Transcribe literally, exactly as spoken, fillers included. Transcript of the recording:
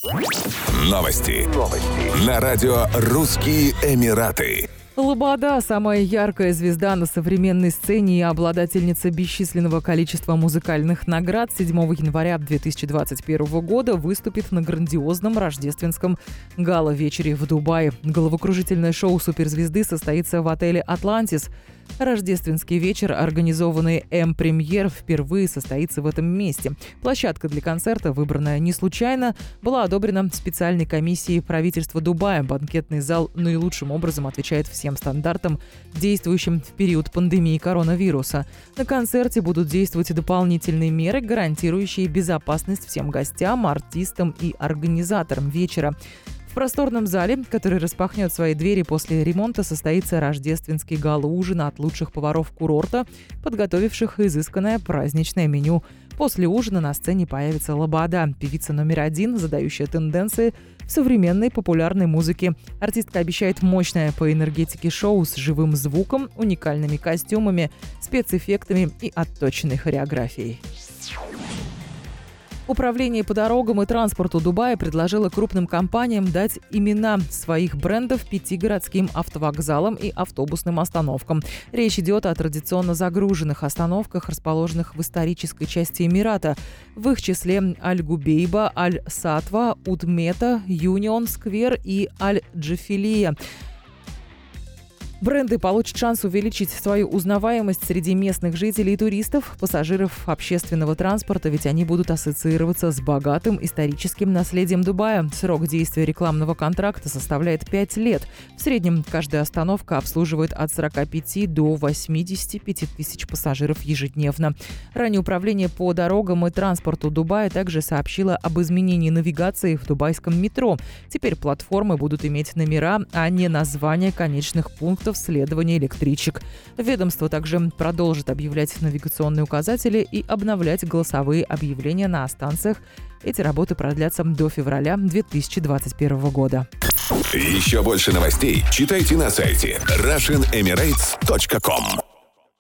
Новости. Новости. На радио «Русские Эмираты». Лобода – самая яркая звезда на современной сцене и обладательница бесчисленного количества музыкальных наград, седьмого января две тысячи двадцать первого года выступит на грандиозном рождественском гала-вечере в Дубае. Головокружительное шоу суперзвезды состоится в отеле «Атлантис». Рождественский вечер, организованный М-Премьер, впервые состоится в этом месте. Площадка для концерта, выбранная не случайно, была одобрена специальной комиссией правительства Дубая. Банкетный зал наилучшим образом отвечает всем стандартам, действующим в период пандемии коронавируса. На концерте будут действовать дополнительные меры, гарантирующие безопасность всем гостям, артистам и организаторам вечера. В просторном зале, который распахнет свои двери после ремонта, состоится рождественский гала-ужин от лучших поваров курорта, подготовивших изысканное праздничное меню. После ужина на сцене появится Лобода, певица номер один, задающая тенденции в современной популярной музыке. Артистка обещает мощное по энергетике шоу с живым звуком, уникальными костюмами, спецэффектами и отточенной хореографией. Управление по дорогам и транспорту Дубая предложило крупным компаниям дать имена своих брендов пяти городским автовокзалам и автобусным остановкам. Речь идет о традиционно загруженных остановках, расположенных в исторической части Эмирата. В их числе Аль-Губейба, Аль-Сатва, Удмета, Юнион Сквер и Аль-Джафилия. Бренды получат шанс увеличить свою узнаваемость среди местных жителей и туристов, пассажиров общественного транспорта, ведь они будут ассоциироваться с богатым историческим наследием Дубая. Срок действия рекламного контракта составляет пять лет. В среднем каждая остановка обслуживает от сорока пяти до восьмидесяти пяти тысяч пассажиров ежедневно. Ранее Управление по дорогам и транспорту Дубая также сообщило об изменении навигации в дубайском метро. Теперь платформы будут иметь номера, а не названия конечных пунктов следования электричек. Ведомство также продолжит объявлять навигационные указатели и обновлять голосовые объявления на станциях. Эти работы продлятся до февраля две тысячи двадцать первого года. Еще больше новостей читайте на сайте Russian Emirates точка ком.